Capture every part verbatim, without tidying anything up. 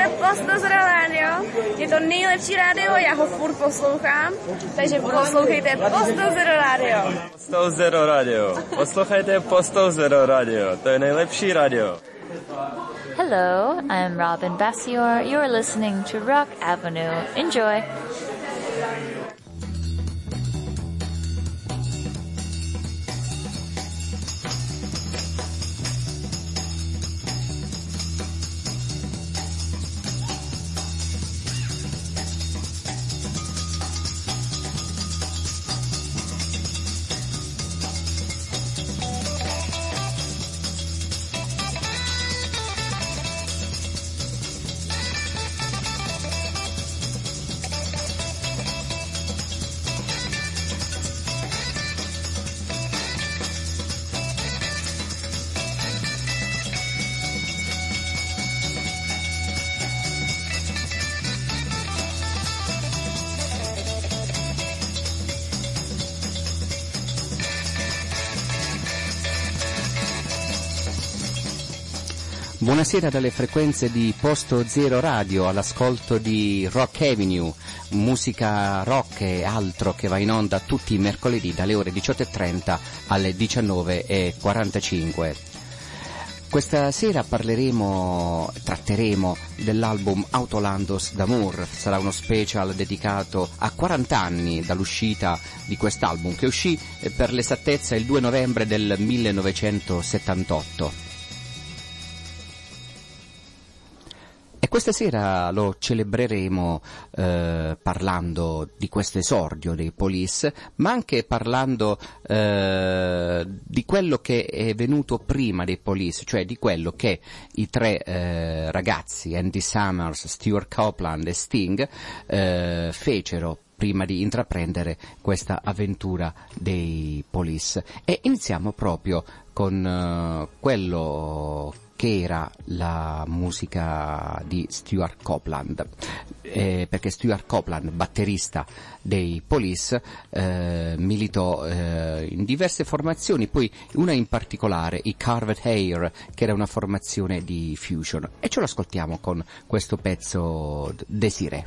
Poslouchejte Posto Zero Radio. Je to nejlepší rádio, já ho furt poslouchám, takže poslouchejte Posto Zero Radio. Posto Zero Radio. Poslouchejte Posto Zero Radio. To je nejlepší radio. Hello, I'm Robin Bassior. You're listening to Rock Avenue. Enjoy. Buonasera dalle frequenze di Posto Zero Radio, all'ascolto di Rock Avenue, musica rock e altro che va in onda tutti i mercoledì dalle ore diciotto e trenta alle diciannove e quarantacinque. Questa sera parleremo, tratteremo dell'album Autolandos d'Amour. Sarà uno special dedicato a quaranta anni dall'uscita di quest'album, che uscì per l'esattezza il due novembre del millenovecentosettantotto. E questa sera lo celebreremo eh, parlando di questo esordio dei Police, ma anche parlando eh, di quello che è venuto prima dei Police, cioè di quello che i tre eh, ragazzi, Andy Summers, Stuart Copeland e Sting, eh, fecero prima di intraprendere questa avventura dei Police. E iniziamo proprio con uh, quello che era la musica di Stuart Copeland, eh, perché Stuart Copeland, batterista dei Police, eh, militò eh, in diverse formazioni, poi una in particolare, i Carved Hair, che era una formazione di fusion, e ce lo ascoltiamo con questo pezzo Desiree.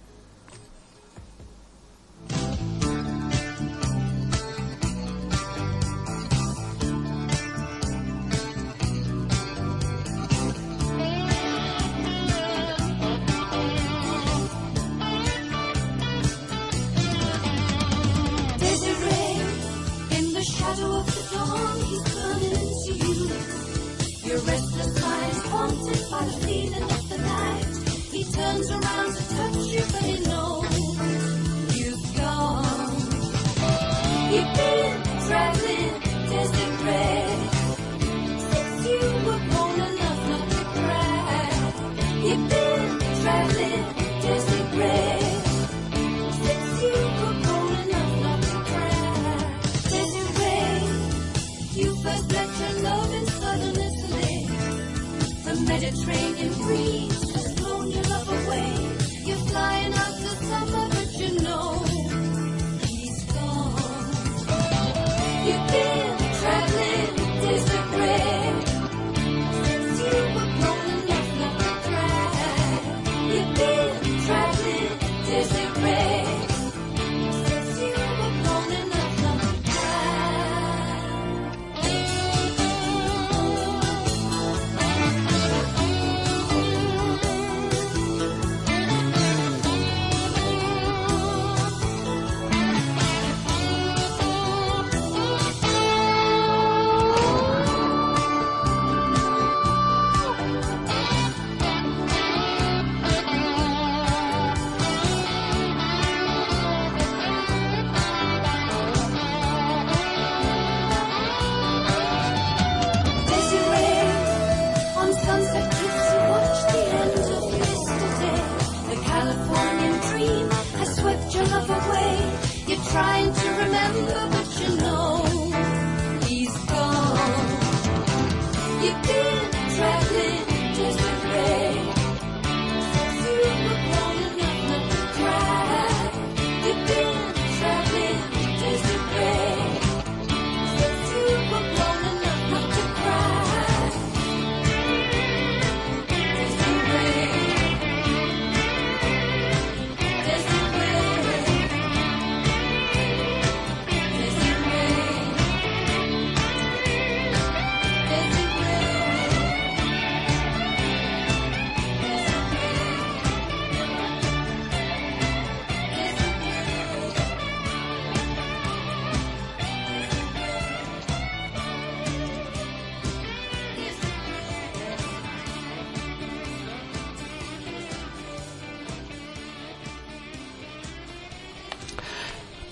Turns around to touch you, but he knows you've gone. You've been traveling, Desiree, since you were grown enough not to cry. You've been traveling, Desiree, since you were grown enough not to cry. Desiree, you first let your love in southern Italy. The Mediterranean breeze has blown your love away. You're flying out to summer, but you know he's gone. You've been traveling, Desiree, since you were grown enough not to cry. You've been traveling, Desiree, since you were grown enough not to cry.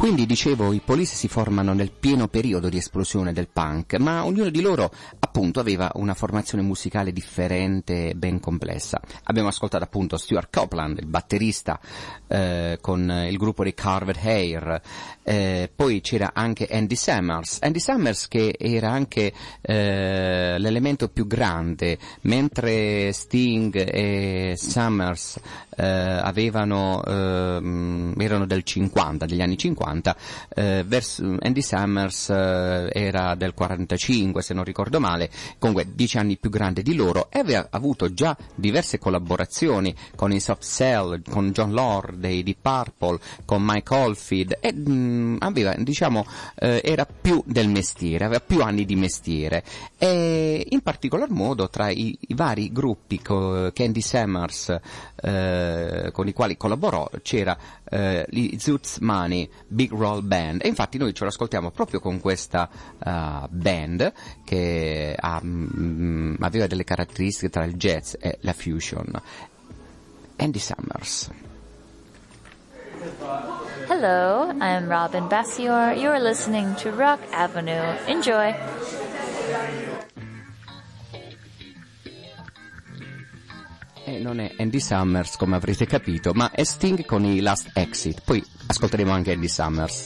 Quindi, dicevo, i Police si formano nel pieno periodo di esplosione del punk, ma ognuno di loro appunto aveva una formazione musicale differente e ben complessa. Abbiamo ascoltato appunto Stuart Copeland, il batterista, eh, con il gruppo di Carved Hair, eh, poi c'era anche Andy Summers, Andy Summers che era anche eh, l'elemento più grande, mentre Sting e Summers eh, avevano eh, erano del cinquanta, degli anni cinquanta, eh, verso, Andy Summers eh, era del quarantacinque se non ricordo male, comunque dieci anni più grande di loro, e aveva avuto già diverse collaborazioni con i Soft Cell, con John Lord dei Deep Purple, con Mike Oldfield, e mh, aveva, diciamo, eh, era più del mestiere, aveva più anni di mestiere, e in particolar modo tra i, i vari gruppi co, che Andy Summers eh, con i quali collaborò c'era eh, gli Zoots Money Big Roll Band, e infatti noi ce lo ascoltiamo proprio con questa uh, band che ha, mh, aveva delle caratteristiche tra il jazz e la fusion. Andy Summers. Hello, I'm Robin Bassior. You're listening to Rock Avenue. Enjoy. E non è Andy Summers, come avrete capito, ma è Sting con i Last Exit. Poi ascolteremo anche Andy Summers.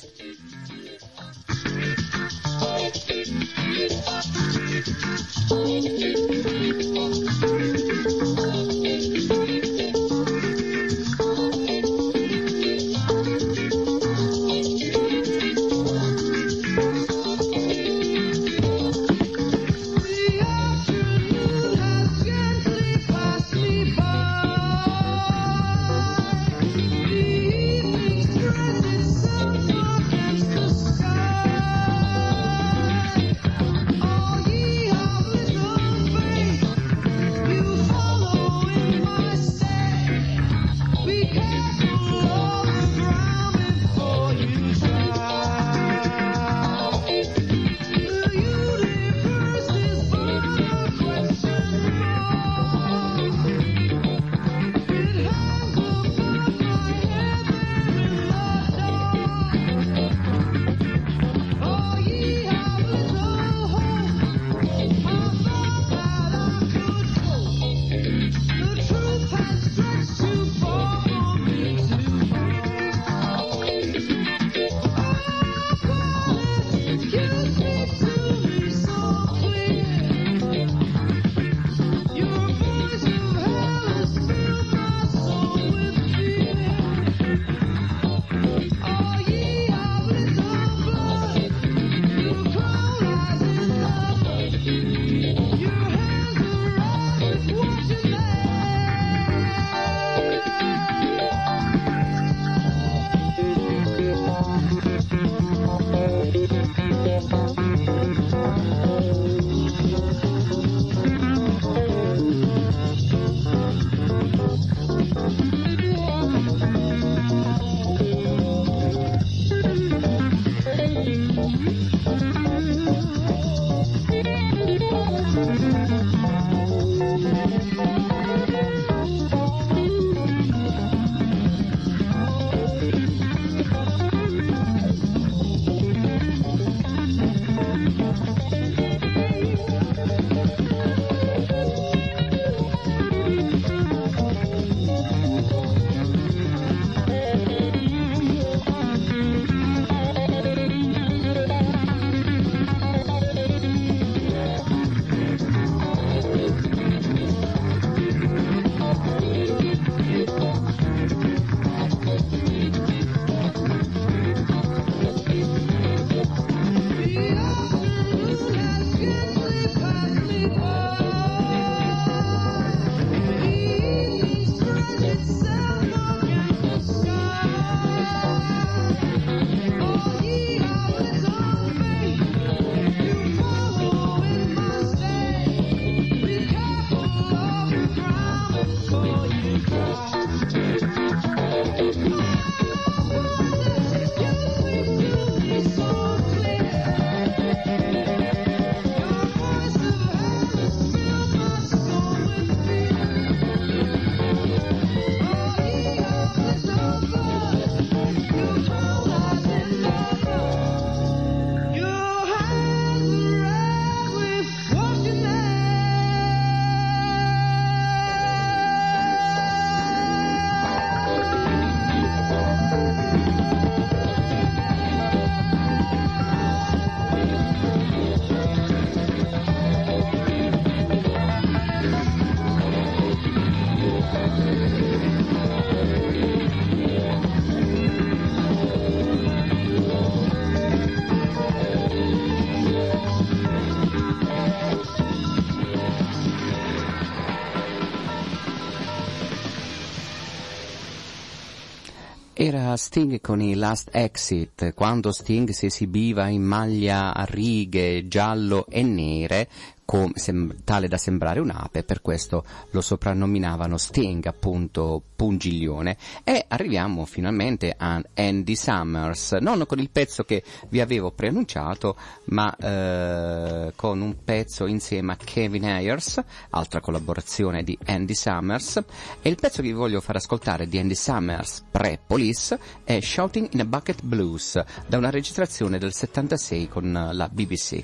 Era Sting con i Last Exit, quando Sting si esibiva in maglia a righe giallo e nere, com- sem- tale da sembrare un'ape, per questo lo soprannominavano Sting, appunto pungiglione. E arriviamo finalmente a Andy Summers, non con il pezzo che vi avevo preannunciato, ma eh, con un pezzo insieme a Kevin Ayers, altra collaborazione di Andy Summers, e il pezzo che vi voglio far ascoltare di Andy Summers pre-Police è Shouting in a Bucket Blues, da una registrazione del settantasei con la B B C.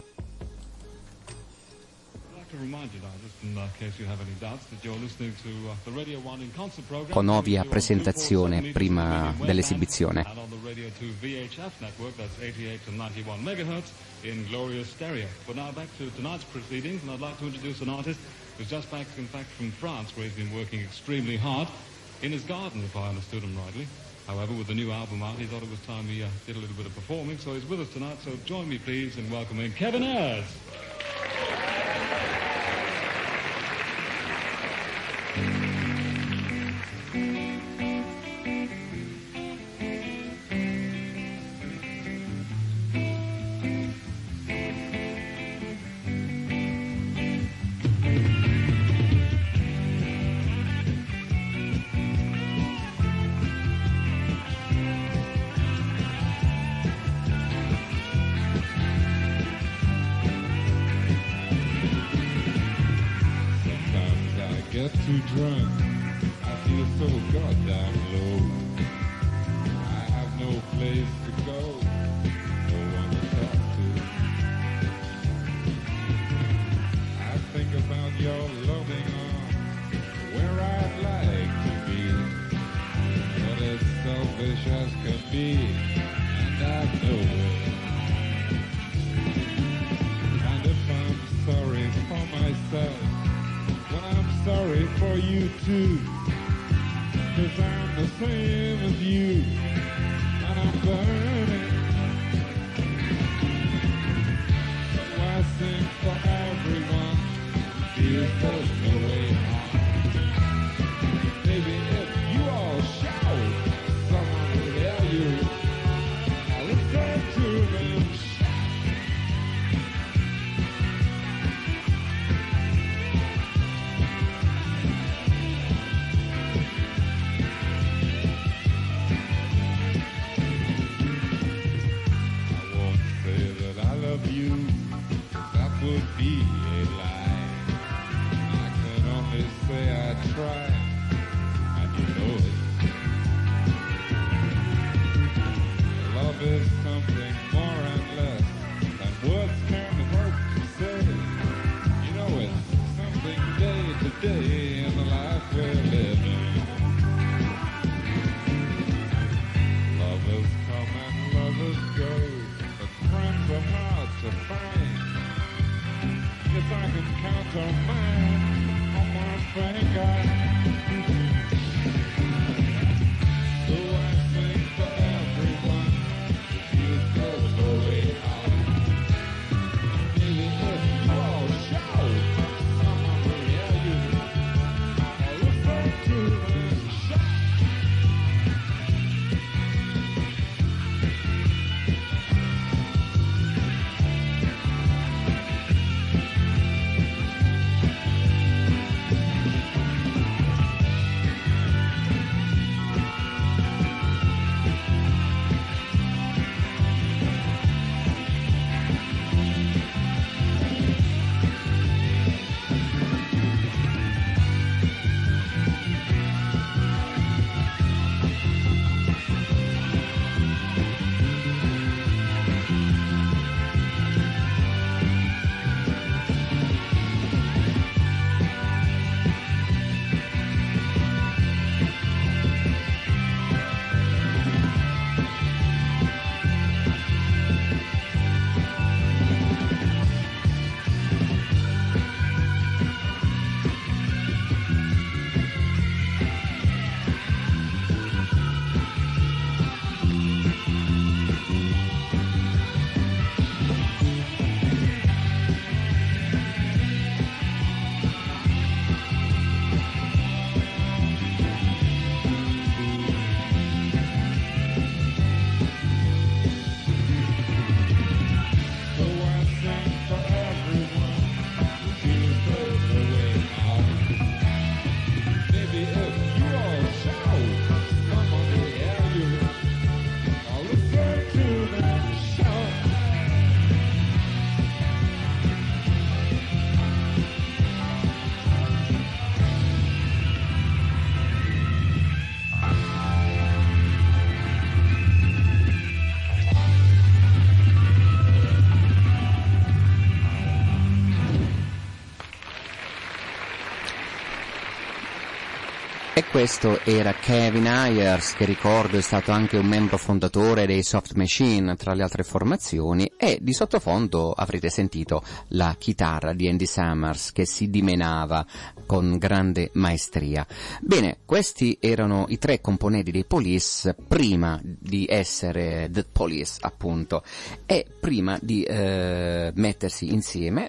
Con ovvia presentazione prima dell'esibizione. In glorious stereo. But now back to tonight's proceedings, and I'd like to introduce an artist who's just back, in fact, from France, where he's been working extremely hard in his garden, if I understood him rightly. However, with the new album out, he thought it was time he uh, did a little bit of performing, so he's with us tonight. So join me, please, in welcoming Kevin Ayers. Too drunk, I feel so goddamn low. I have no place to go, no one to talk to. I think about your loving arms, where I'd like to be, but it's selfish as can be, and I know it. And if I'm sorry for myself, well, I'm sorry for you too, 'cause I'm the same as you, and I'm burning. So I sing for everyone who feels there's no way out. Maybe if you all shout, someone will hear you. I'll listen to them shout. You, that would be a lie. I can only say I tried, and you know it. Love is something more and less than words can hope to say. You know it's something day to day in the life we're living. Lovers come and lovers go, but friends are hard to find. Yes, I can count on mine on my finger. So I sing for everyone who feels there's no way out. Maybe if you all shout, someone will hear you. I'll listen to them shout. E questo era Kevin Ayers, che ricordo è stato anche un membro fondatore dei Soft Machine, tra le altre formazioni, e di sottofondo avrete sentito la chitarra di Andy Summers che si dimenava con grande maestria. Bene, questi erano i tre componenti dei Police prima di essere The Police, appunto, e prima di eh, mettersi insieme,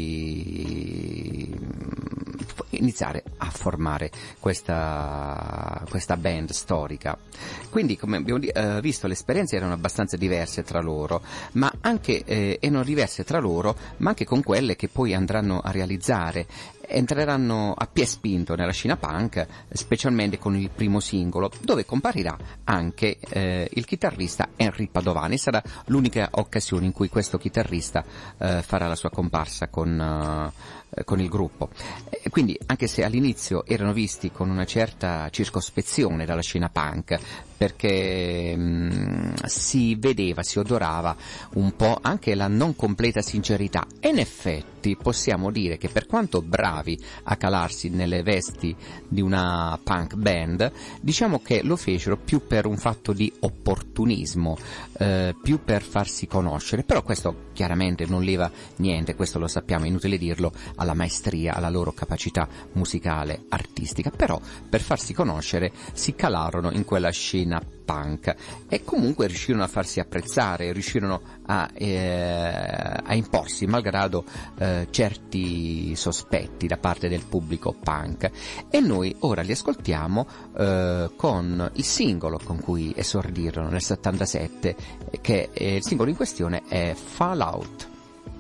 di iniziare a formare questa questa band storica. Quindi, come abbiamo eh, visto, le esperienze erano abbastanza diverse tra loro, ma anche eh, erano diverse tra loro, ma anche con quelle che poi andranno a realizzare. Entreranno a piè spinto nella scena punk, specialmente con il primo singolo, dove comparirà anche eh, il chitarrista Henry Padovani. Sarà l'unica occasione in cui questo chitarrista eh, farà la sua comparsa con, uh, con il gruppo. E quindi, anche se all'inizio erano visti con una certa circospezione dalla scena punk, perché mh, si vedeva, si odorava un po' anche la non completa sincerità, e in effetti possiamo dire che, per quanto bravi a calarsi nelle vesti di una punk band, diciamo che lo fecero più per un fatto di opportunismo, eh, più per farsi conoscere. Però questo chiaramente non leva niente, questo lo sappiamo, è inutile dirlo, alla maestria, alla loro capacità musicale, artistica. Però per farsi conoscere si calarono in quella scena punk e comunque riuscirono a farsi apprezzare, riuscirono a, eh, a imporsi malgrado eh, certi sospetti da parte del pubblico punk. E noi ora li ascoltiamo eh, con il singolo con cui esordirono nel settantasette, che è, il singolo in questione è Fallout.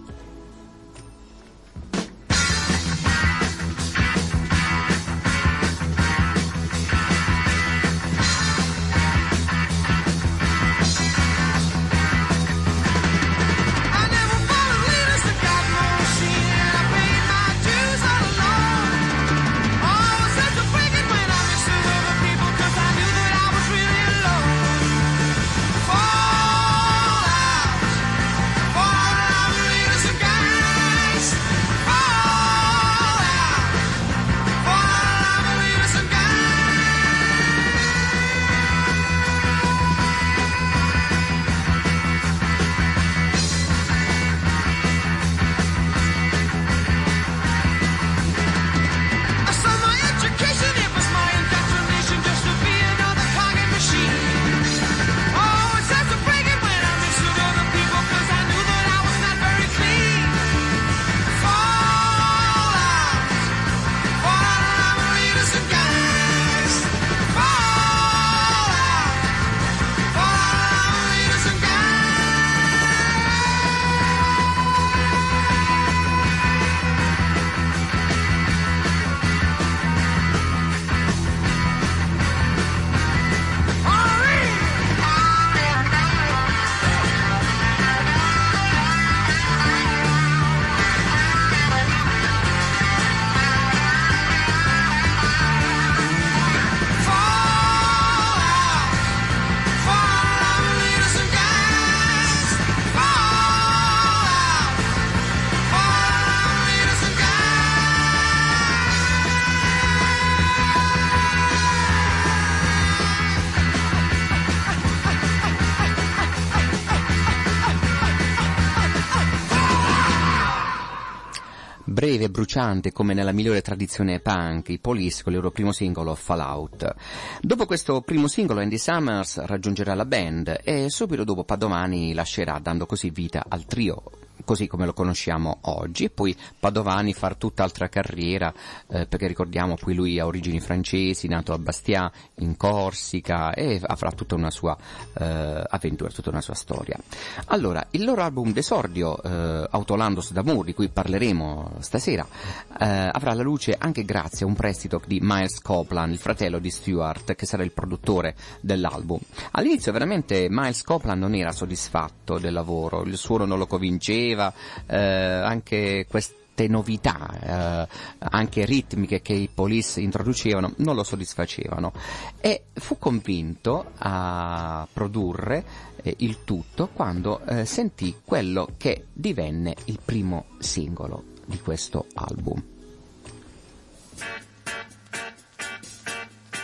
Breve e bruciante come nella migliore tradizione punk, i Police con il loro primo singolo Fallout. Dopo questo primo singolo Andy Summers raggiungerà la band e subito dopo Padovani lascerà, dando così vita al trio così come lo conosciamo oggi. E poi Padovani farà tutt'altra carriera, eh, perché ricordiamo poi lui ha origini francesi, nato a Bastia in Corsica, e avrà tutta una sua eh, avventura, tutta una sua storia. Allora, il loro album d'esordio, eh, Autolandos d'Amour, di cui parleremo stasera, eh, avrà la luce anche grazie a un prestito di Miles Copeland, il fratello di Stewart, che sarà il produttore dell'album. All'inizio veramente Miles Copeland non era soddisfatto del lavoro, il suono non lo convinceva, eh, anche queste novità, eh, anche ritmiche che i Police introducevano non lo soddisfacevano, e fu convinto a produrre eh, il tutto quando eh, sentì quello che divenne il primo singolo di questo album.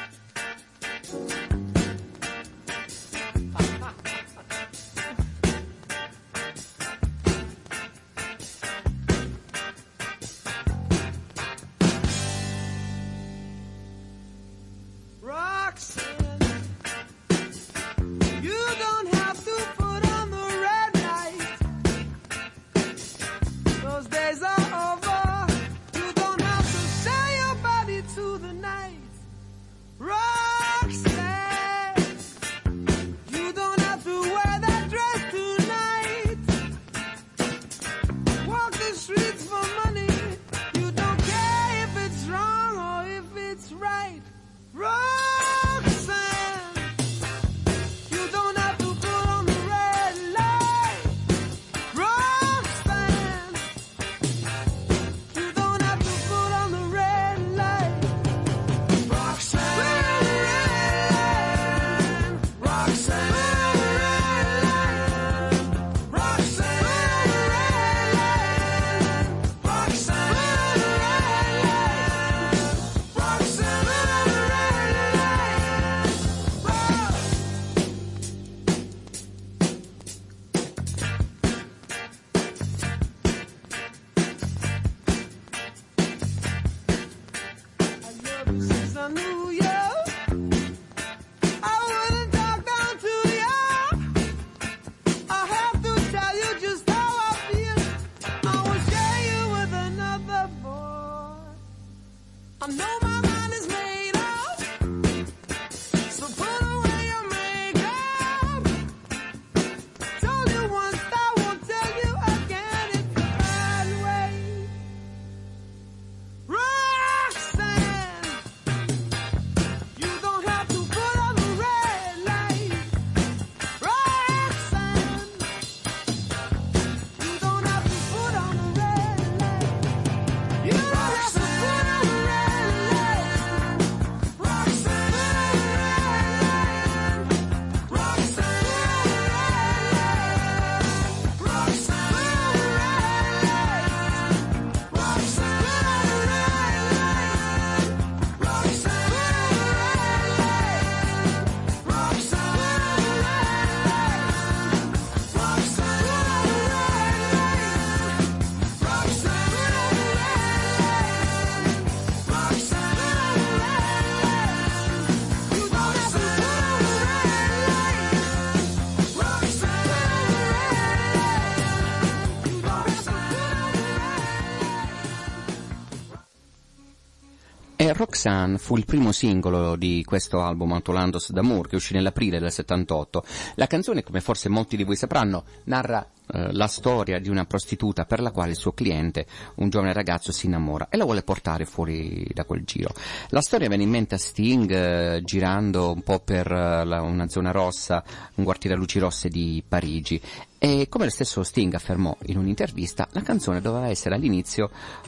Roxanne fu il primo singolo di questo album Autolandos d'Amour, che uscì nell'aprile del settantotto. La canzone, come forse molti di voi sapranno, narra eh, la storia di una prostituta per la quale il suo cliente, un giovane ragazzo, si innamora e la vuole portare fuori da quel giro. La storia viene in mente a Sting eh, girando un po' per eh, la, una zona rossa, un quartiere a luci rosse di Parigi. E come lo stesso Sting affermò in un'intervista, la canzone doveva essere all'inizio,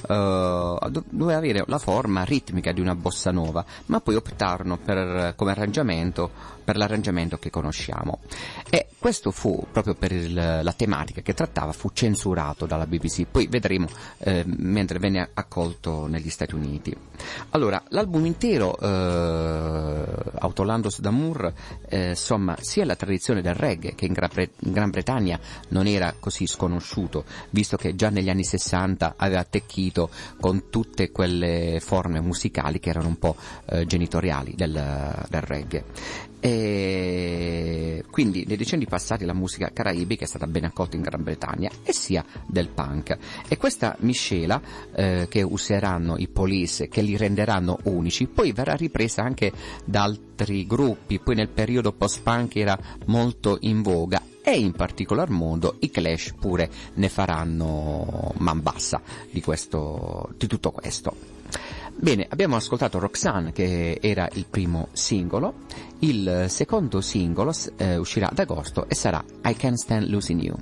uh, doveva avere la forma ritmica di una bossa nova, ma poi optarono per, come arrangiamento, per l'arrangiamento che conosciamo. E questo fu, proprio per il, la tematica che trattava, fu censurato dalla B B C, poi vedremo eh, mentre venne accolto negli Stati Uniti. Allora, l'album intero, eh, Autolandos d'Amour, eh, insomma, sia la tradizione del reggae, che in Gran, Bre- in Gran Bretagna non era così sconosciuto, visto che già negli anni sessanta aveva attecchito con tutte quelle forme musicali che erano un po' eh, genitoriali del, del reggae. E quindi nei decenni passati la musica caraibica è stata ben accolta in Gran Bretagna, e sia del punk, e questa miscela eh, che useranno i Police, che li renderanno unici, poi verrà ripresa anche da altri gruppi. Poi nel periodo post-punk era molto in voga, e in particolar modo i Clash pure ne faranno man bassa di, questo, di tutto questo. Bene, abbiamo ascoltato Roxanne, che era il primo singolo. Il secondo singolo eh, uscirà ad agosto e sarà I Can't Stand Losing You.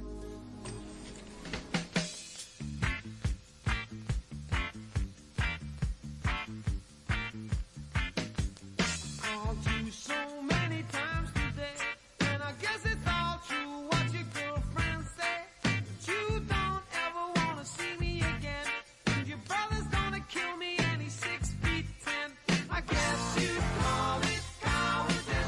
I guess you'd call it cowardice.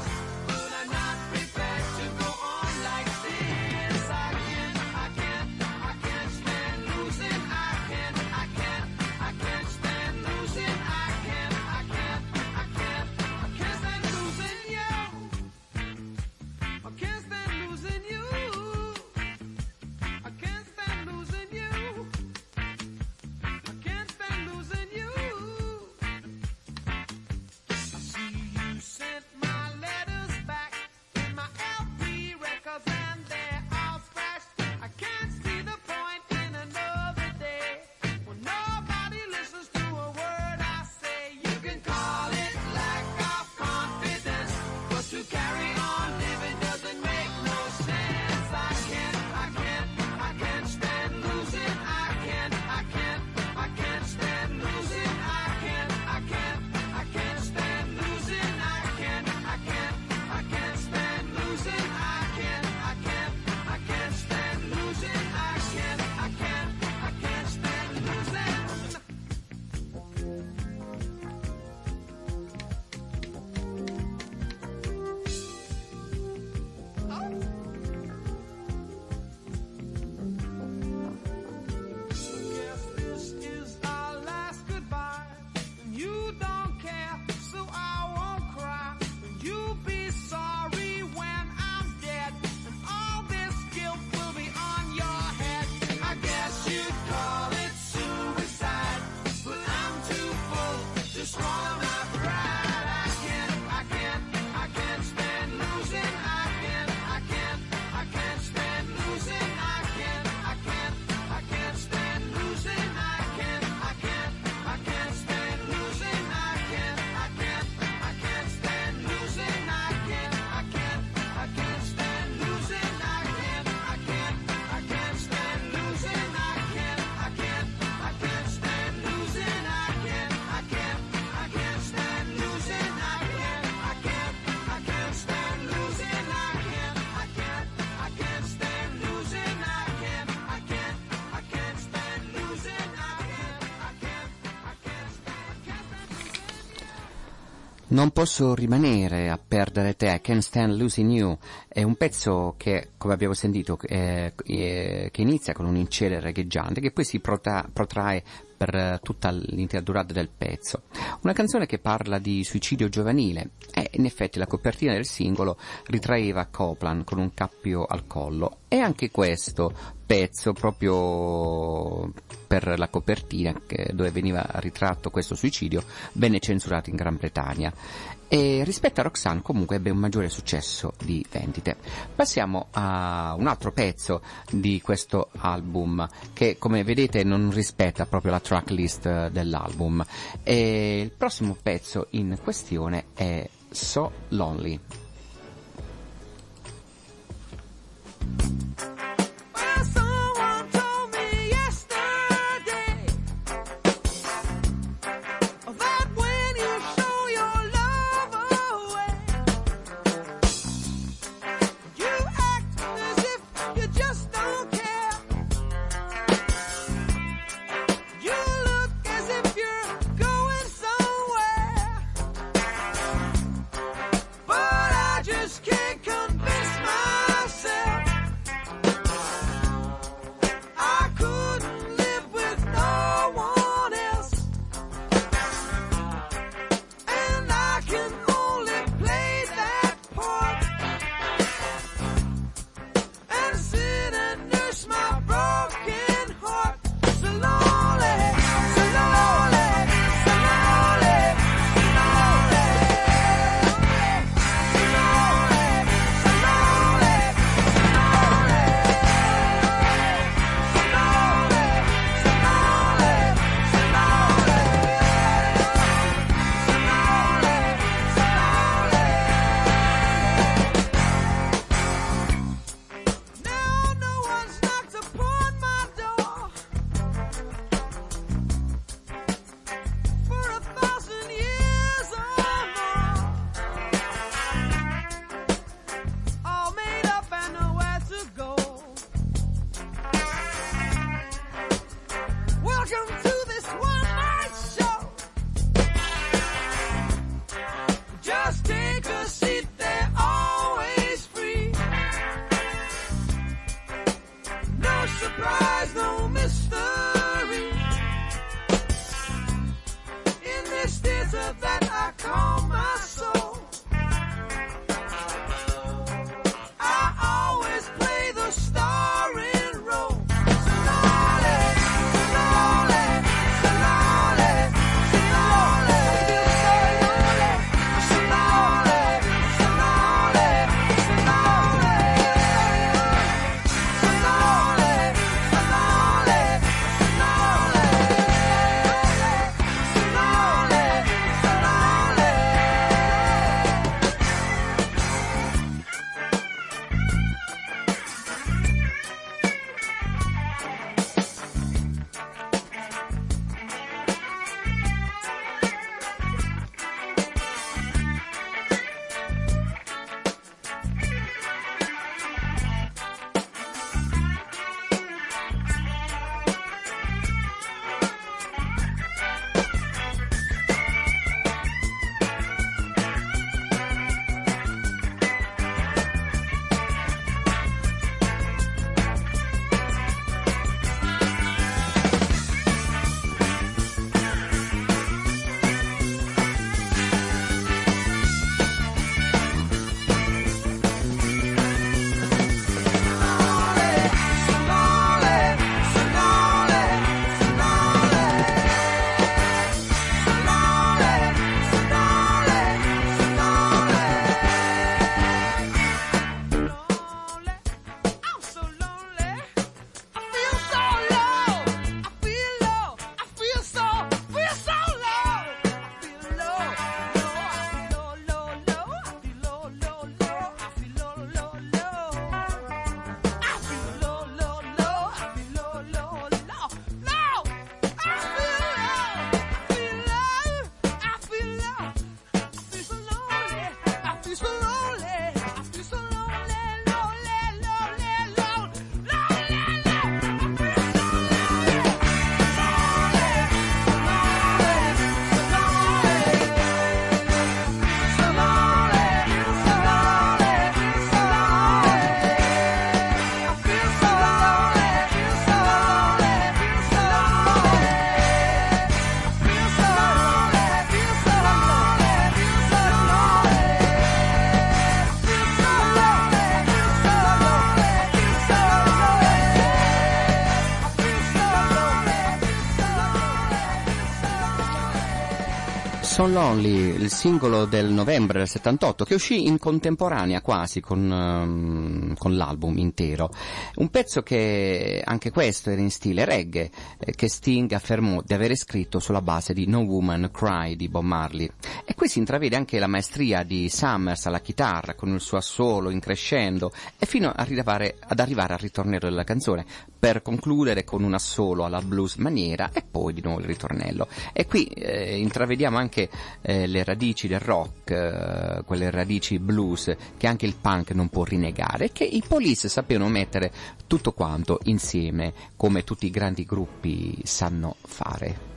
Non posso rimanere a perdere te, I Can't Stand Losing You, è un pezzo che, come abbiamo sentito, eh, eh, che inizia con un incedere regheggiante che poi si protra- protrae per tutta l'intera durata del pezzo. Una canzone che parla di suicidio giovanile e in effetti la copertina del singolo ritraeva Copland con un cappio al collo, e anche questo pezzo proprio per la copertina che, dove veniva ritratto questo suicidio, venne censurato in Gran Bretagna. E rispetto a Roxanne comunque ebbe un maggiore successo di vendite. Passiamo a un altro pezzo di questo album che, come vedete, non rispetta proprio la tracklist dell'album, e il prossimo pezzo in questione è So Lonely. So Lonely, il singolo del novembre del settantotto, che uscì in contemporanea quasi con, um, con l'album intero. Un pezzo che anche questo era in stile reggae, eh, che Sting affermò di avere scritto sulla base di No Woman Cry di Bob Marley. E qui si intravede anche la maestria di Summers alla chitarra, con il suo assolo in crescendo, e fino ad arrivare, ad arrivare al ritornello della canzone, per concludere con un assolo alla blues maniera e poi di nuovo il ritornello. E qui eh, intravediamo anche eh, le radici del rock, eh, quelle radici blues che anche il punk non può rinnegare, che i Police sapevano mettere tutto quanto insieme, come tutti i grandi gruppi sanno fare.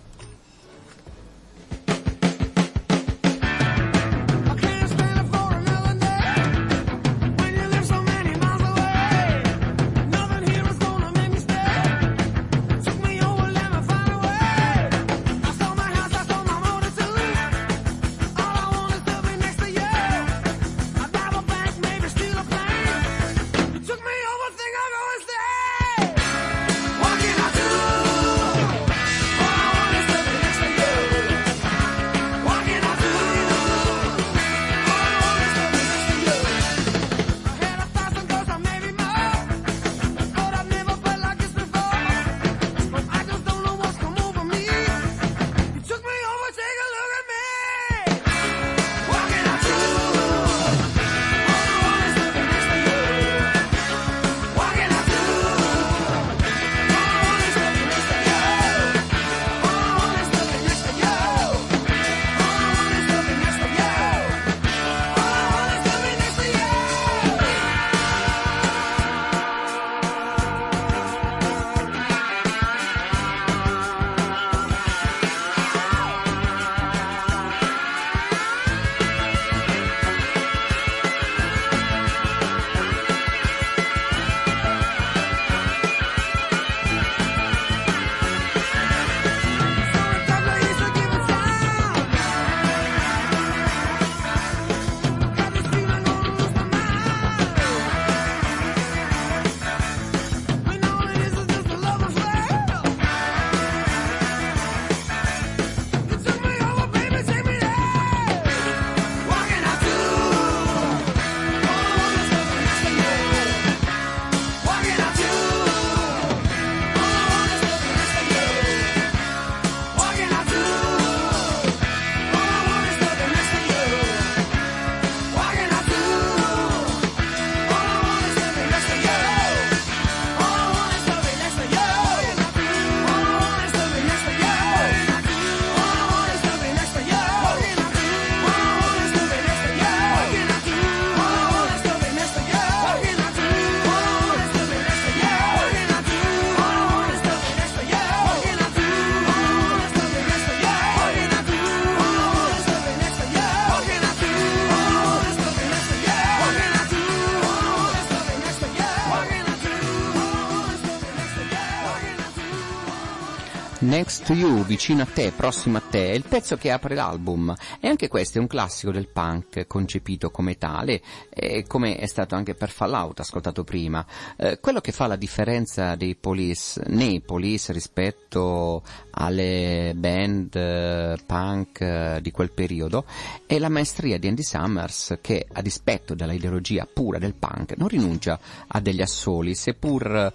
Next to You, vicino a te, prossimo a te, è il pezzo che apre l'album, e anche questo è un classico del punk concepito come tale, e come è stato anche per Fallout ascoltato prima. Eh, quello che fa la differenza dei Police, nei Police rispetto alle band eh, punk eh, di quel periodo, è la maestria di Andy Summers, che a dispetto della ideologia pura del punk non rinuncia a degli assoli, seppur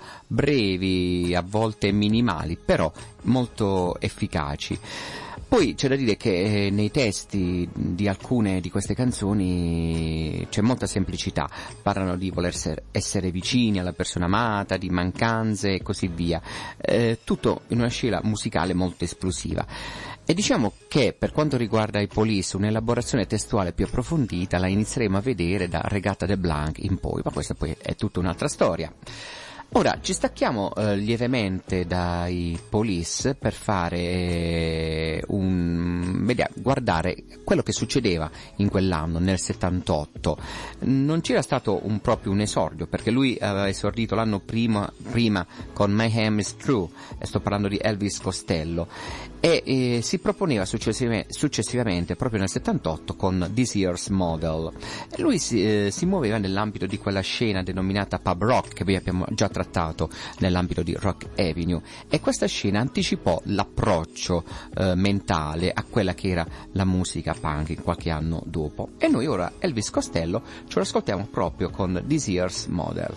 brevi, a volte minimali, però molto efficaci. Poi c'è da dire che nei testi di alcune di queste canzoni c'è molta semplicità, parlano di voler essere vicini alla persona amata, di mancanze e così via, eh, tutto in una scena musicale molto esplosiva. E diciamo che per quanto riguarda i Police un'elaborazione testuale più approfondita la inizieremo a vedere da Regatta de Blanc in poi, ma questa poi è tutta un'altra storia. Ora ci stacchiamo eh, lievemente dai Police per fare eh, un vediamo, guardare quello che succedeva in quell'anno, nel settantotto. Non c'era stato un proprio un esordio, perché lui aveva esordito l'anno prima, prima con Mayhem is True, e sto parlando di Elvis Costello, e eh, si proponeva successivamente, successivamente proprio nel settantotto con This Year's Model. Lui si, eh, si muoveva nell'ambito di quella scena denominata pub rock, che vi abbiamo già trattato trattato nell'ambito di Rock Avenue, e questa scena anticipò l'approccio eh, mentale a quella che era la musica punk qualche anno dopo. E noi ora Elvis Costello ce lo ascoltiamo proprio con This Year's Model.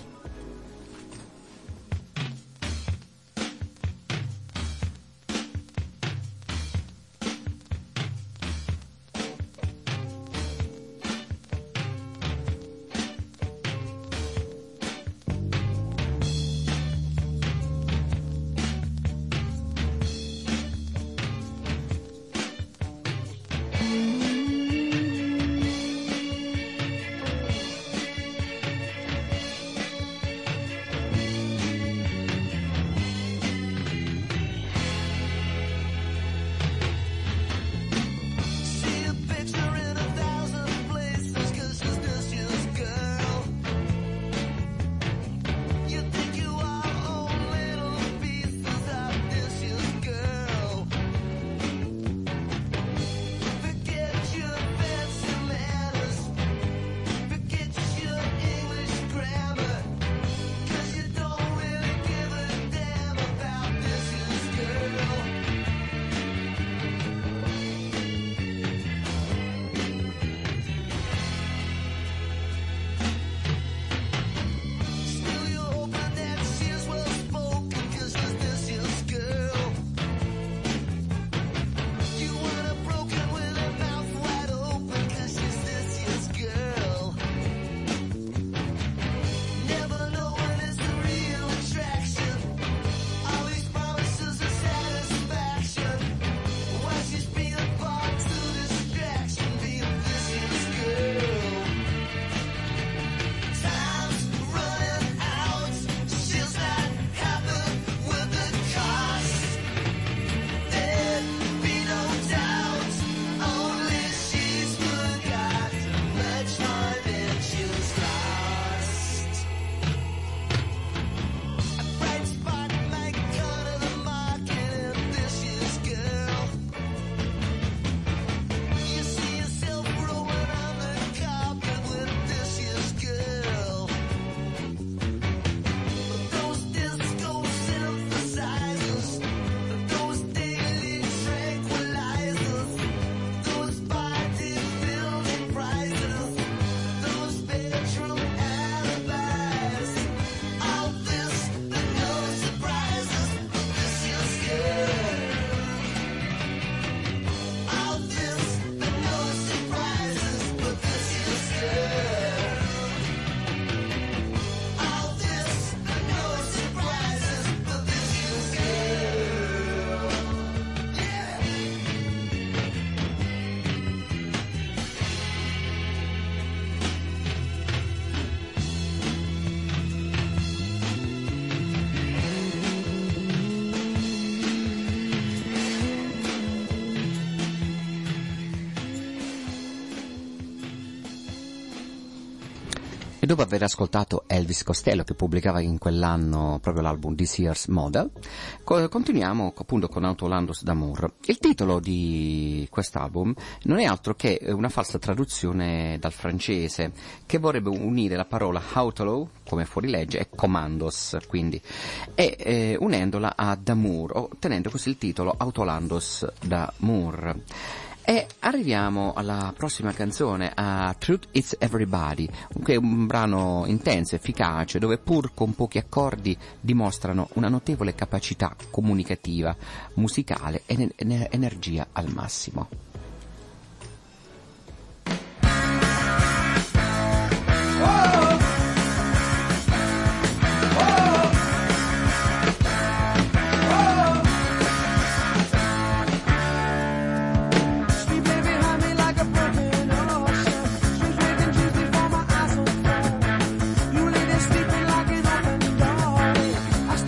E dopo aver ascoltato Elvis Costello, che pubblicava in quell'anno proprio l'album This Year's Model, co- continuiamo appunto con Autolandos d'Amour. Il titolo di quest'album non è altro che una falsa traduzione dal francese, che vorrebbe unire la parola Autolaw, come fuorilegge, e Commandos, quindi, e eh, unendola a D'Amour, ottenendo così il titolo Autolandos d'Amour. E arriviamo alla prossima canzone, a Truth Is Everybody, che è un brano intenso, efficace, dove pur con pochi accordi dimostrano una notevole capacità comunicativa, musicale e ener- energia al massimo.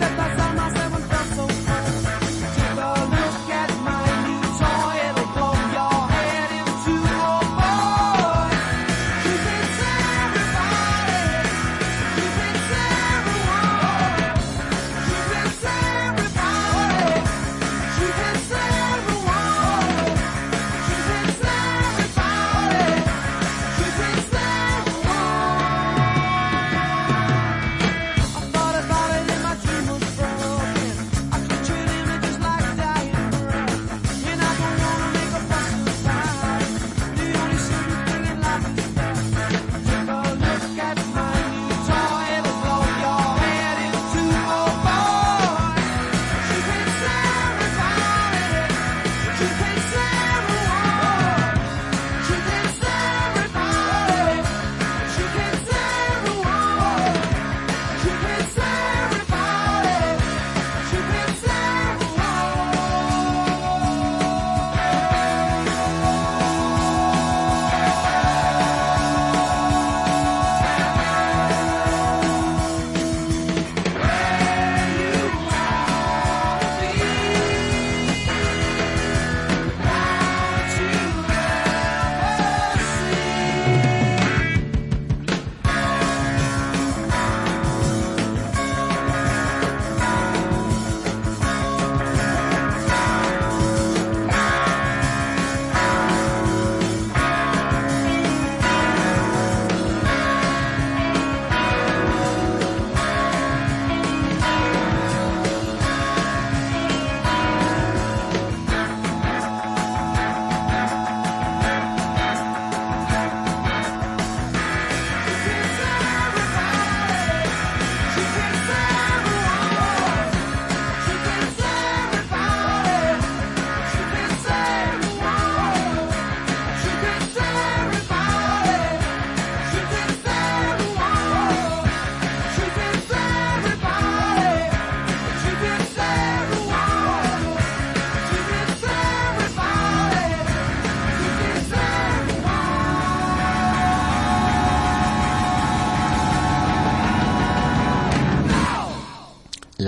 Take a look at my new toy, it'll blow your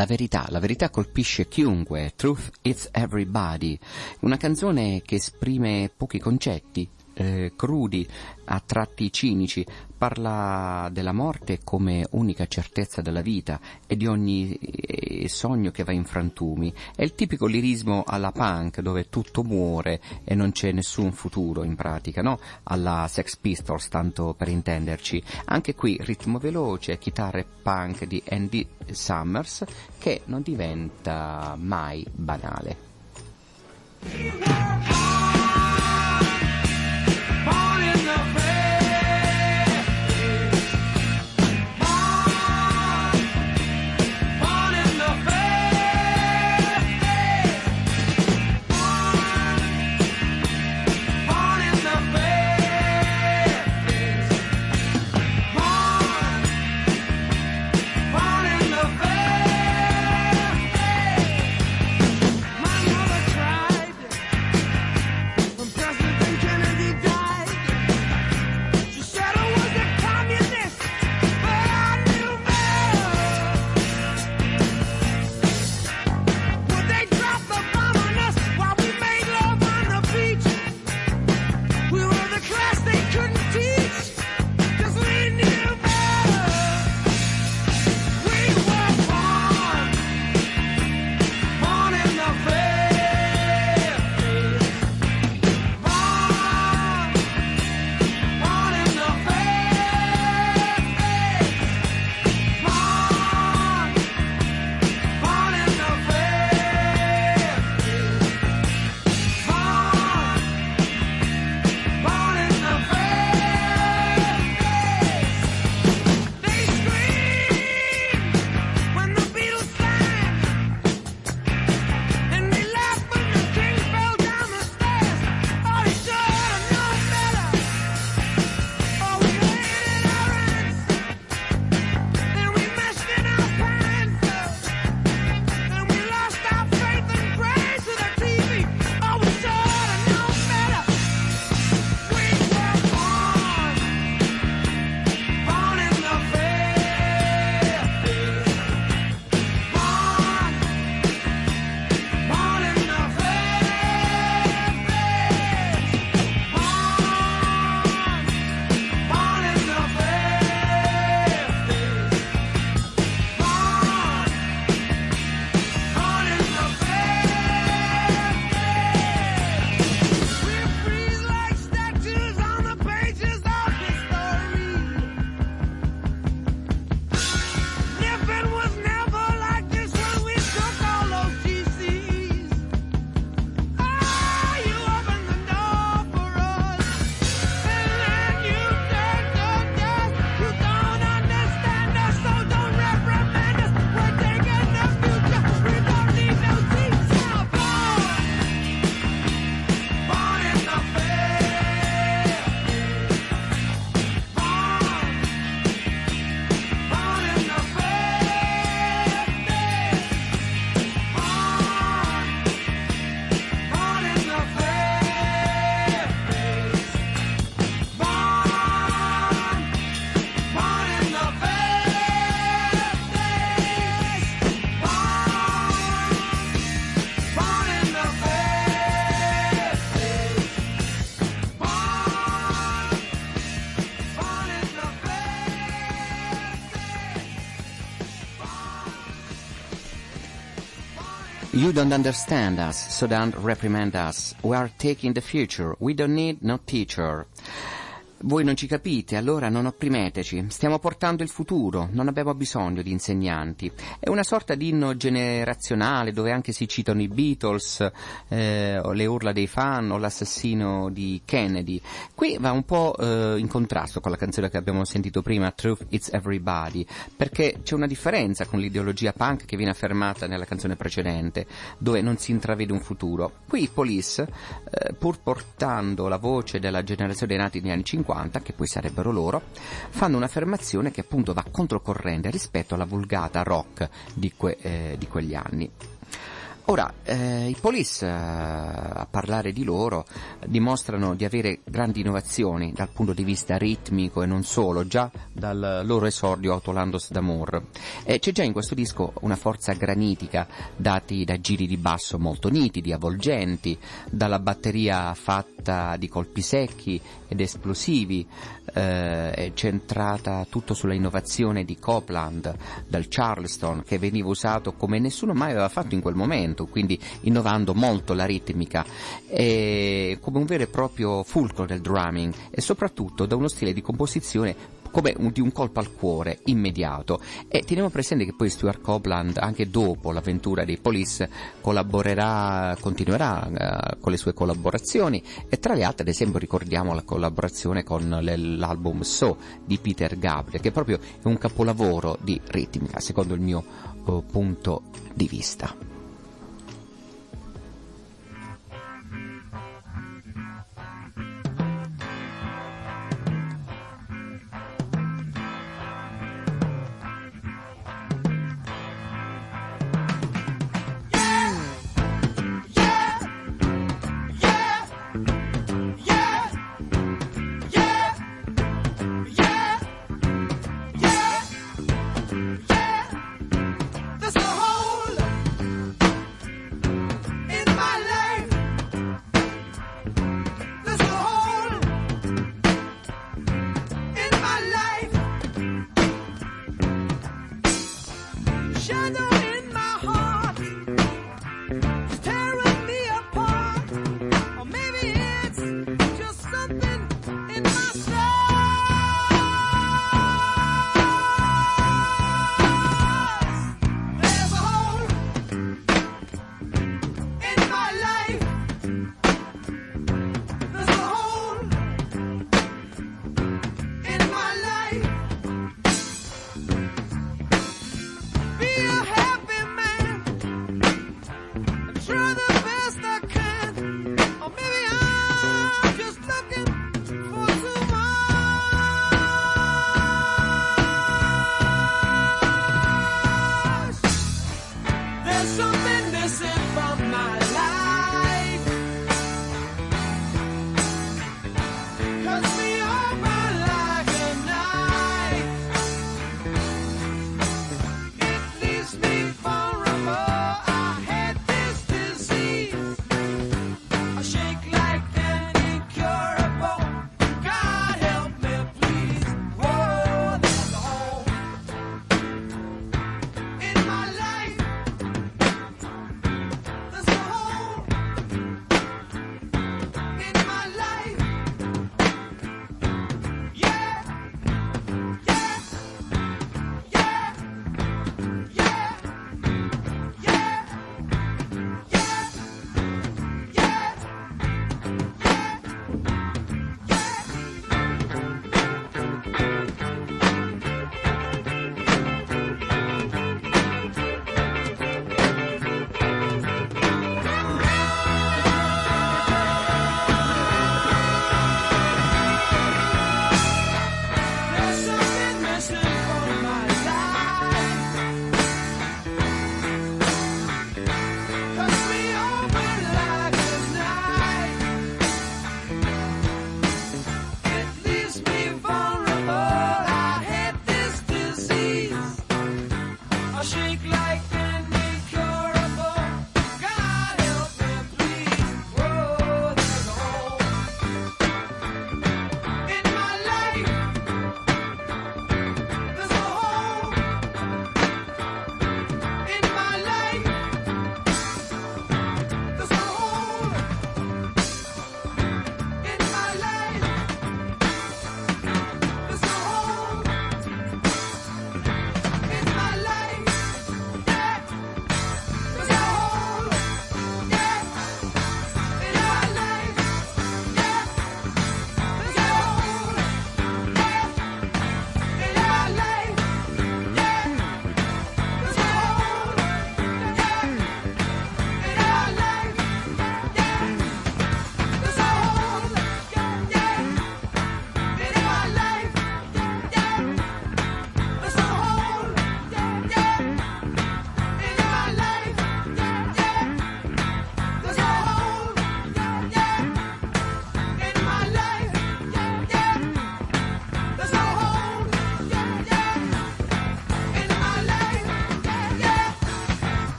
la verità, la verità colpisce chiunque, Truth Hits Everybody, una canzone che esprime pochi concetti, eh, crudi, a tratti cinici, parla della morte come unica certezza della vita e di ogni eh, sogno che va in frantumi. È il tipico lirismo alla punk, dove tutto muore e non c'è nessun futuro in pratica, no? Alla Sex Pistols, tanto per intenderci. Anche qui ritmo veloce, chitarre punk di Andy Summers, che non diventa mai banale. You don't understand us, so don't reprimand us. We are taking the future. We don't need no teacher. Voi non ci capite, allora non opprimeteci. Stiamo portando il futuro, non abbiamo bisogno di insegnanti. È una sorta di inno generazionale dove anche si citano i Beatles, eh, o le urla dei fan o l'assassino di Kennedy. Qui va un po' eh, in contrasto con la canzone che abbiamo sentito prima, Truth Hits Everybody, perché c'è una differenza con l'ideologia punk che viene affermata nella canzone precedente, dove non si intravede un futuro. Qui i Police, eh, pur portando la voce della generazione nati negli anni cinquanta, che poi sarebbero loro, fanno un'affermazione che appunto va controcorrente rispetto alla vulgata rock di, que, eh, di quegli anni. Ora, eh, i Police, eh, a parlare di loro, dimostrano di avere grandi innovazioni dal punto di vista ritmico e non solo, già dal loro esordio Autolandos d'Amour. E c'è già in questo disco una forza granitica, dati da giri di basso molto nitidi, avvolgenti, dalla batteria fatta di colpi secchi ed esplosivi, eh, è centrata tutto sulla innovazione di Copland, dal Charleston, che veniva usato come nessuno mai aveva fatto in quel momento, quindi innovando molto la ritmica, e come un vero e proprio fulcro del drumming, e soprattutto da uno stile di composizione come un, di un colpo al cuore immediato. E teniamo presente che poi Stuart Copeland, anche dopo l'avventura dei Police, collaborerà, continuerà uh, con le sue collaborazioni, e tra le altre ad esempio ricordiamo la collaborazione con le, l'album So di Peter Gabriel, che proprio è un capolavoro di ritmica secondo il mio uh, punto di vista. There's a hole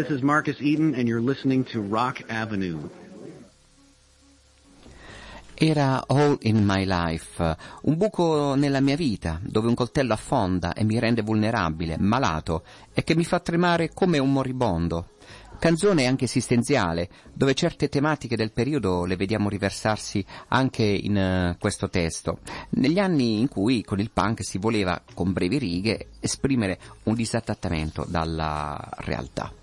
this is Marcus Eden, and you're listening to Rock Avenue. Era All in My Life, un buco nella mia vita, dove un coltello affonda e mi rende vulnerabile, malato, e che mi fa tremare come un moribondo. Canzone anche esistenziale, dove certe tematiche del periodo le vediamo riversarsi anche in uh, questo testo, negli anni in cui con il punk si voleva, con brevi righe, esprimere un disadattamento dalla realtà.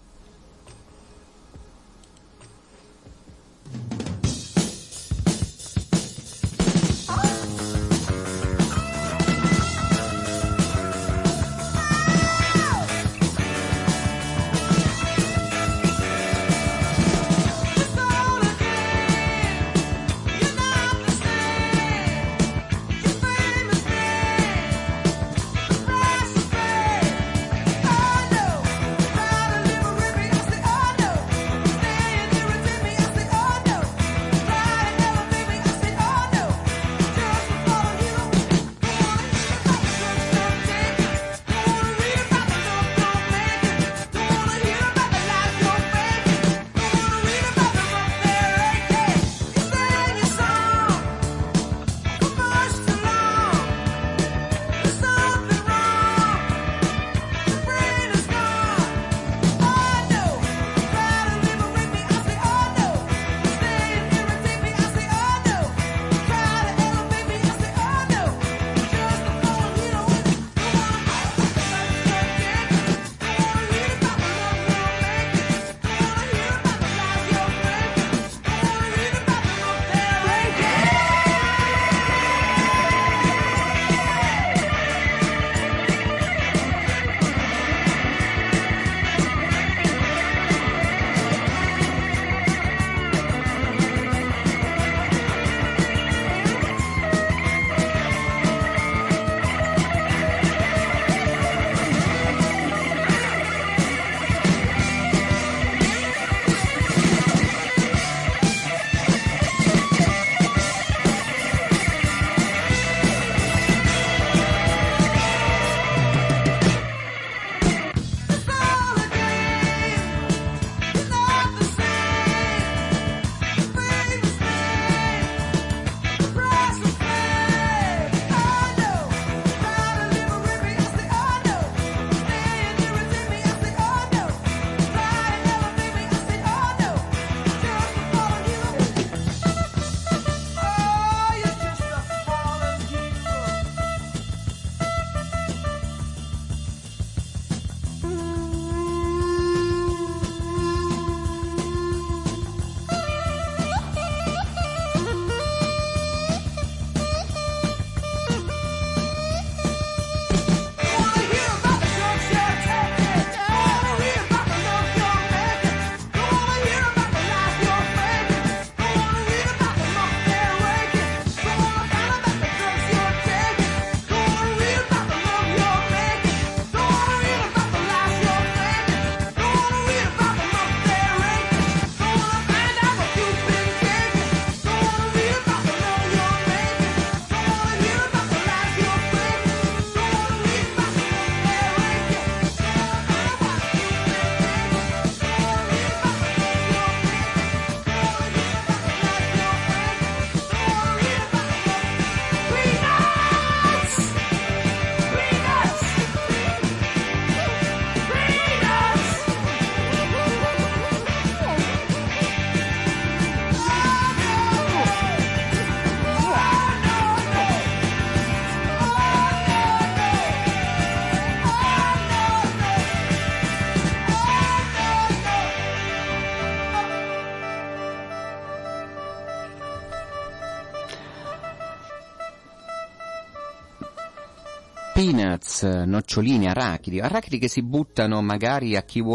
peanuts, nocciolini, arachidi, arachidi che si buttano magari a chi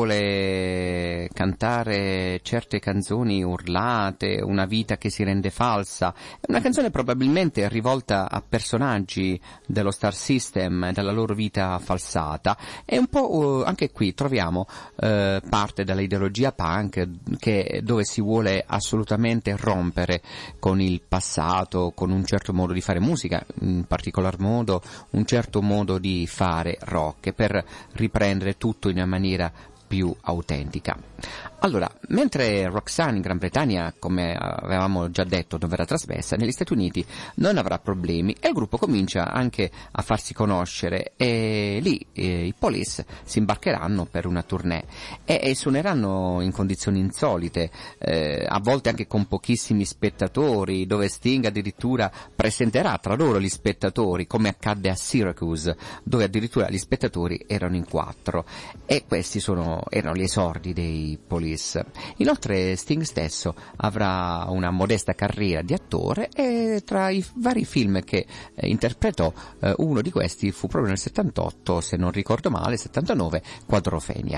vuole cantare certe canzoni urlate, una vita che si rende falsa. È una canzone probabilmente rivolta a personaggi dello Star System e della loro vita falsata. E un po' uh, anche qui troviamo uh, parte dell'ideologia punk che, dove si vuole assolutamente rompere con il passato, con un certo modo di fare musica, in particolar modo un certo modo di fare rock, per riprendere tutto in una maniera più autentica. Allora, mentre Roxanne in Gran Bretagna, come avevamo già detto, non verrà trasmessa, negli Stati Uniti non avrà problemi e il gruppo comincia anche a farsi conoscere, e lì eh, i Police si imbarcheranno per una tournée e, e suoneranno in condizioni insolite, eh, a volte anche con pochissimi spettatori, dove Sting addirittura presenterà tra loro gli spettatori, come accadde a Syracuse, dove addirittura gli spettatori erano in quattro, e questi sono, erano gli esordi dei Police. Inoltre Sting stesso avrà una modesta carriera di attore, e tra i vari film che eh, interpretò, eh, uno di questi fu proprio nel settantotto, se non ricordo male, settantanove, Quadrophenia.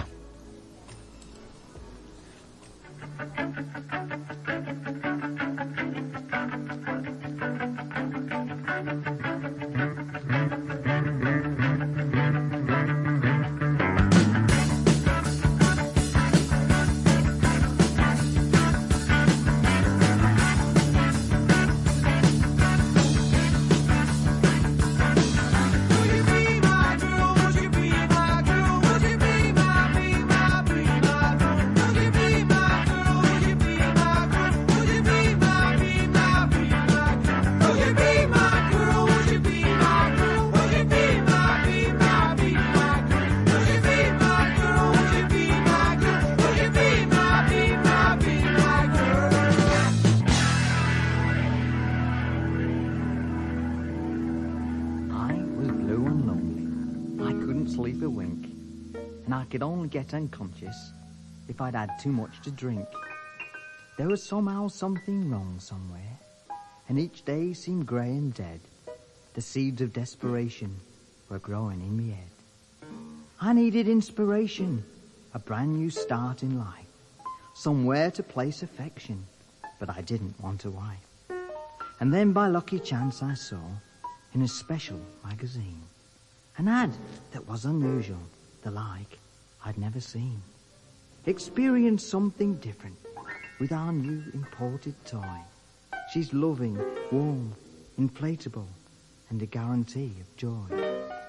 Could only get unconscious if I'd had too much to drink. There was somehow something wrong somewhere, and each day seemed grey and dead. The seeds of desperation were growing in me head. I needed inspiration, a brand new start in life, somewhere to place affection, but I didn't want a wife. And then by lucky chance I saw, in a special magazine, an ad that was unusual, the like I'd never seen. Experience something different with our new imported toy. She's loving, warm, inflatable, and a guarantee of joy.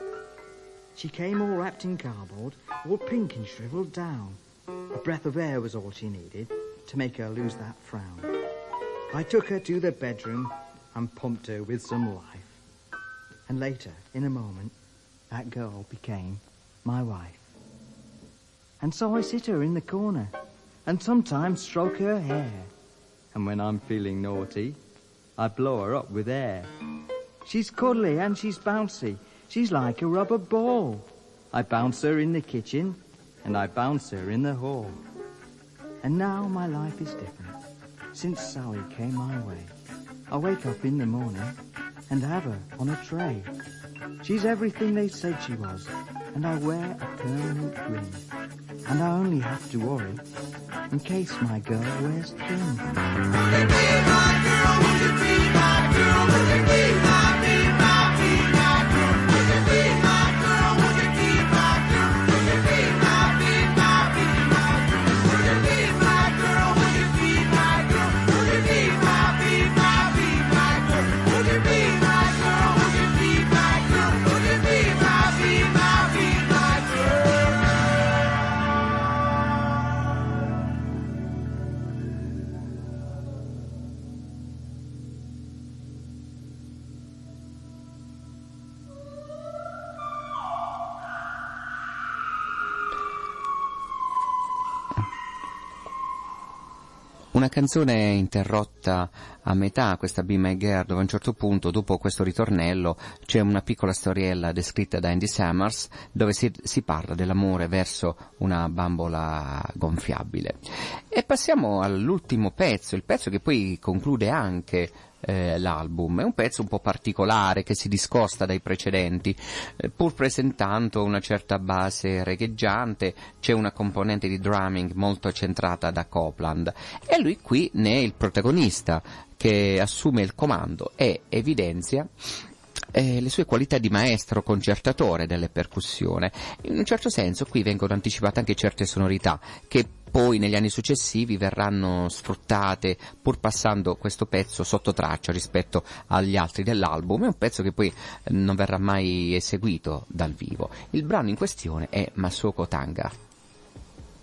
She came all wrapped in cardboard, all pink and shriveled down. A breath of air was all she needed to make her lose that frown. I took her to the bedroom and pumped her with some life. And later, in a moment, that girl became my wife. And so I sit her in the corner and sometimes stroke her hair. And when I'm feeling naughty, I blow her up with air. She's cuddly and she's bouncy. She's like a rubber ball. I bounce her in the kitchen and I bounce her in the hall. And now my life is different since Sally came my way. I wake up in the morning and have her on a tray. She's everything they said she was, and I wear a permanent grin. And I only have to worry in case my girl wears thin. Would you be my girl? Would you be my girl? Would you be my, be my, be my girl? Would you be my girl? Would you be my girl? Would you be my, be my, be my girl? Would you be my girl? Would you be my girl? Would you be my, be my, be my girl? Would you be my girl? Would you be my girl? Would you be my, be my, be my girl? Una canzone interrotta a metà, questa Be My Girl, dove a un certo punto, dopo questo ritornello, c'è una piccola storiella descritta da Andy Summers, dove si, si parla dell'amore verso una bambola gonfiabile. E passiamo all'ultimo pezzo, il pezzo che poi conclude anche eh, l'album. È un pezzo un po' particolare che si discosta dai precedenti, eh, pur presentando una certa base regheggiante. C'è una componente di drumming molto centrata da Copland e lui qui ne è il protagonista, che assume il comando e evidenzia eh, le sue qualità di maestro concertatore delle percussioni. In un certo senso qui vengono anticipate anche certe sonorità che poi negli anni successivi verranno sfruttate, pur passando questo pezzo sotto traccia rispetto agli altri dell'album. È un pezzo che poi non verrà mai eseguito dal vivo. Il brano in questione è Masoko Tanga.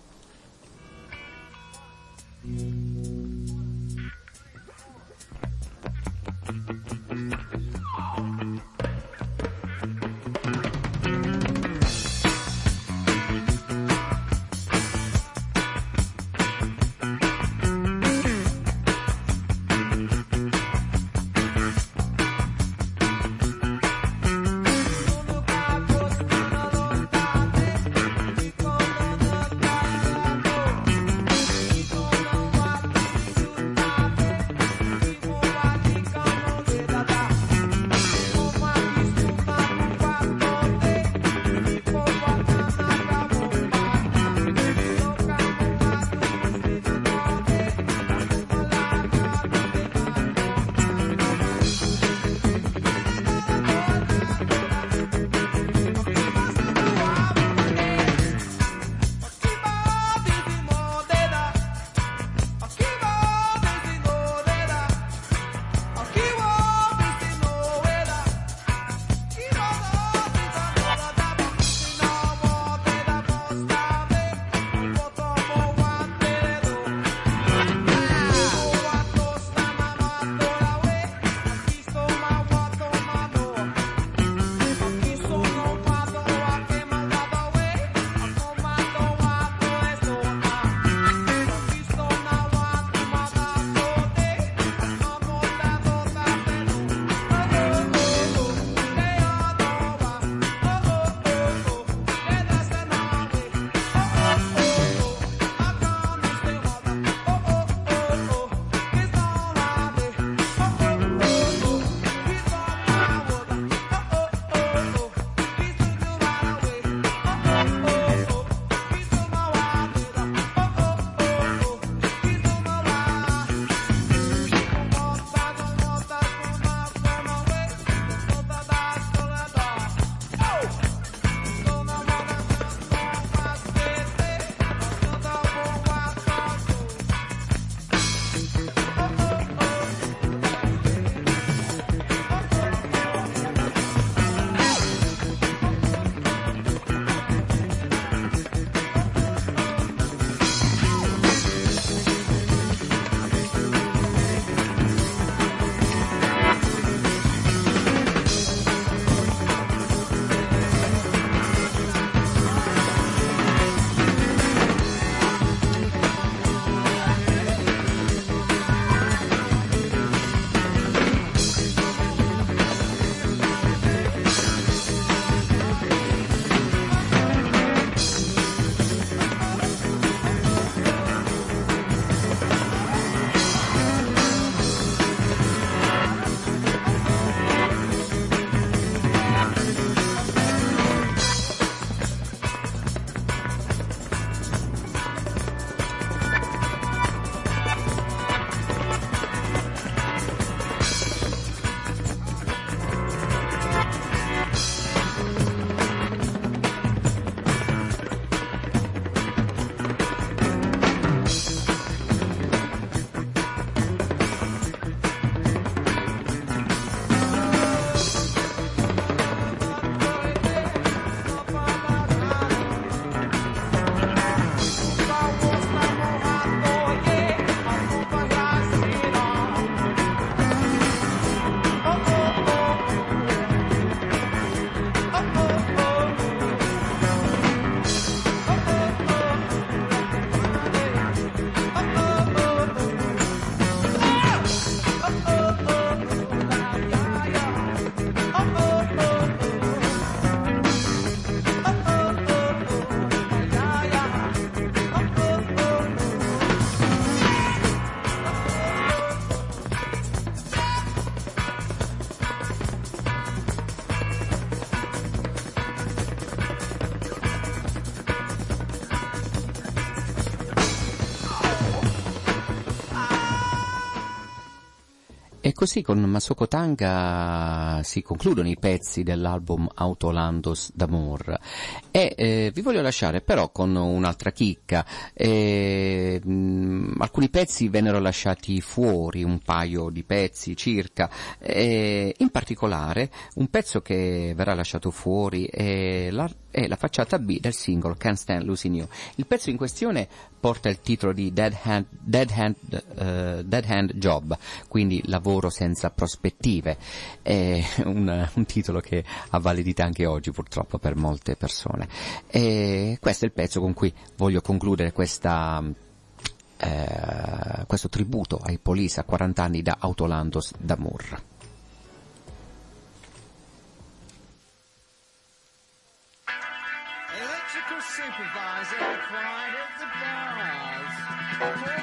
What E così con Masoko Tanga si concludono i pezzi dell'album Autolandos d'Amour. E eh, vi voglio lasciare però con un'altra chicca. Eh, mh, alcuni pezzi vennero lasciati fuori, un paio di pezzi circa, eh, in particolare un pezzo che verrà lasciato fuori è la, è la facciata B del singolo Can't Stand Losing You. Il pezzo in questione porta il titolo di Dead Hand, Dead Hand, uh, Dead Hand Job, quindi lavoro senza prospettive. È un, un titolo che ha validità anche oggi purtroppo per molte persone. E questo è il pezzo con cui voglio concludere questa, eh, questo tributo ai Police a quaranta anni da Autolandos d'Amour. Electrical supervisor required at the bars.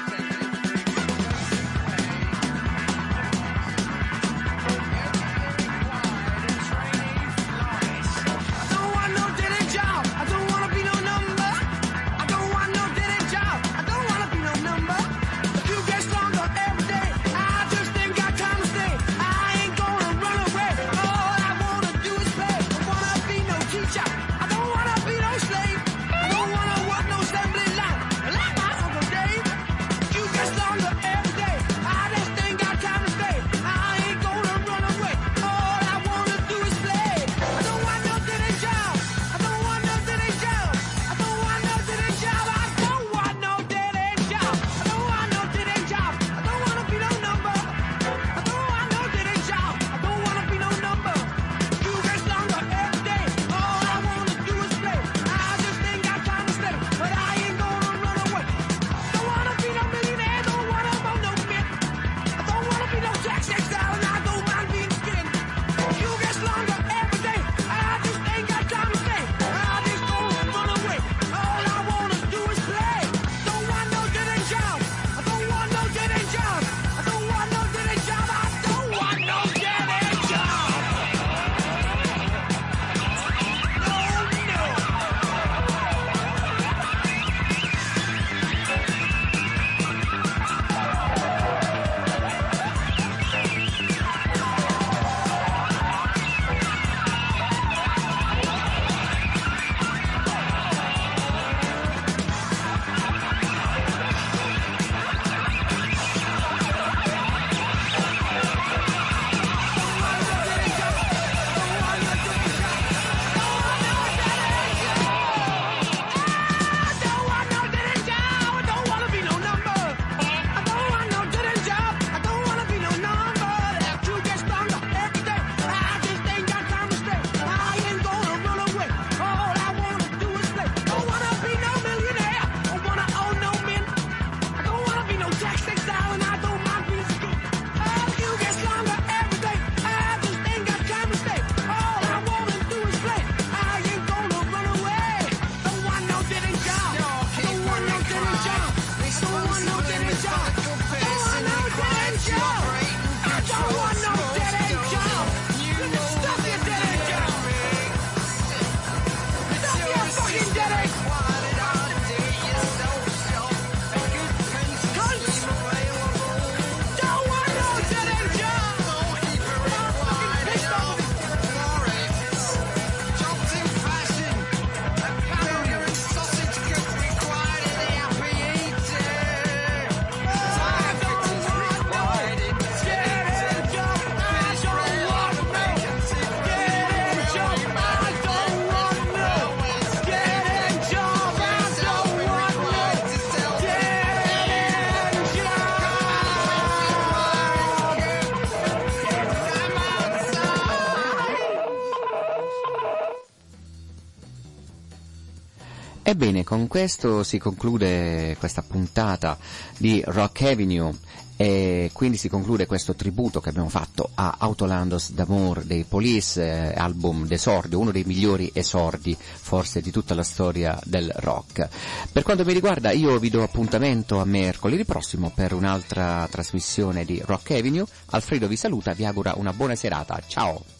Ebbene, con questo si conclude questa puntata di Rock Avenue e quindi si conclude questo tributo che abbiamo fatto a Autolandos d'Amour dei Police, eh, album d'esordio, uno dei migliori esordi forse di tutta la storia del rock. Per quanto mi riguarda io vi do appuntamento a mercoledì prossimo per un'altra trasmissione di Rock Avenue. Alfredo vi saluta, vi augura una buona serata, ciao!